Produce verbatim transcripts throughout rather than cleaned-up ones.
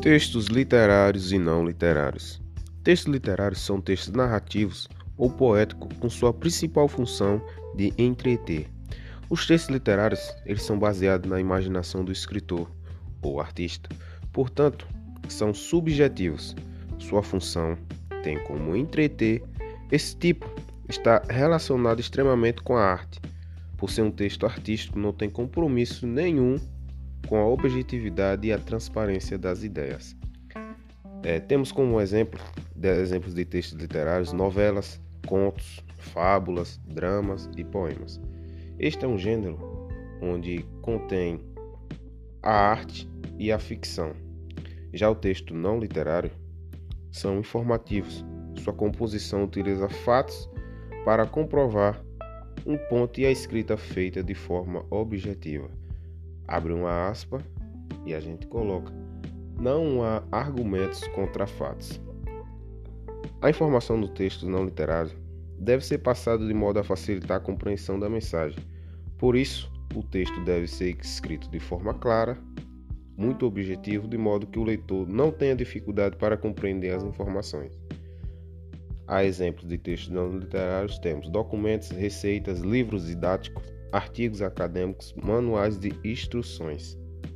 Textos literários e não literários. Textos literários são textos narrativos ou poéticos com sua principal função de entreter. Os textos literários eles são baseados na imaginação do escritor ou artista, portanto, são subjetivos. Sua função tem como entreter. Esse tipo está relacionado extremamente com a arte. Por ser um texto artístico, não tem compromisso nenhum com a objetividade e a transparência das ideias. É, temos como exemplo de exemplos de textos literários novelas, contos, fábulas, dramas e poemas. Este é um gênero onde contém a arte e a ficção. Já o texto não literário são informativos. Sua composição utiliza fatos para comprovar um ponto e a escrita feita de forma objetiva. Abre uma aspa e a gente coloca: não há argumentos contra fatos. A informação do texto não literário deve ser passada de modo a facilitar a compreensão da mensagem. Por isso, o texto deve ser escrito de forma clara, muito objetivo, de modo que o leitor não tenha dificuldade para compreender as informações. Há exemplos de textos não literários, temos documentos, receitas, livros didáticos, artigos acadêmicos, manuais de instruções.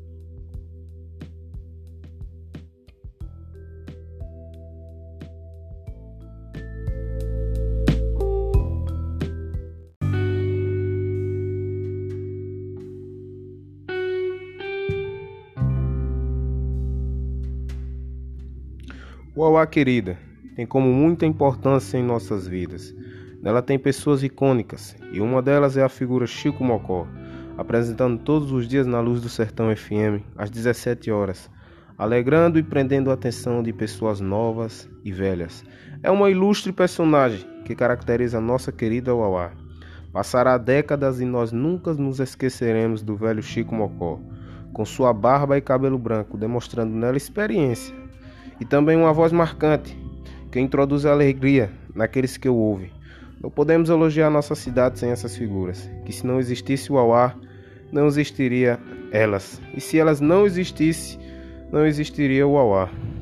Uauá querida tem como muita importância em nossas vidas. Nela tem pessoas icônicas e uma delas é a figura Chico Mocó, apresentando todos os dias na Luz do Sertão F M às dezessete horas, alegrando e prendendo a atenção de pessoas novas e velhas. É uma ilustre personagem que caracteriza a nossa querida Uauá. Passará décadas e nós nunca nos esqueceremos do velho Chico Mocó, com sua barba e cabelo branco, demonstrando nela experiência e também uma voz marcante que introduz a alegria naqueles que o ouvem. Não podemos elogiar nossa cidade sem essas figuras, que se não existisse o Uauá, não existiria elas. E se elas não existissem, não existiria o Uauá.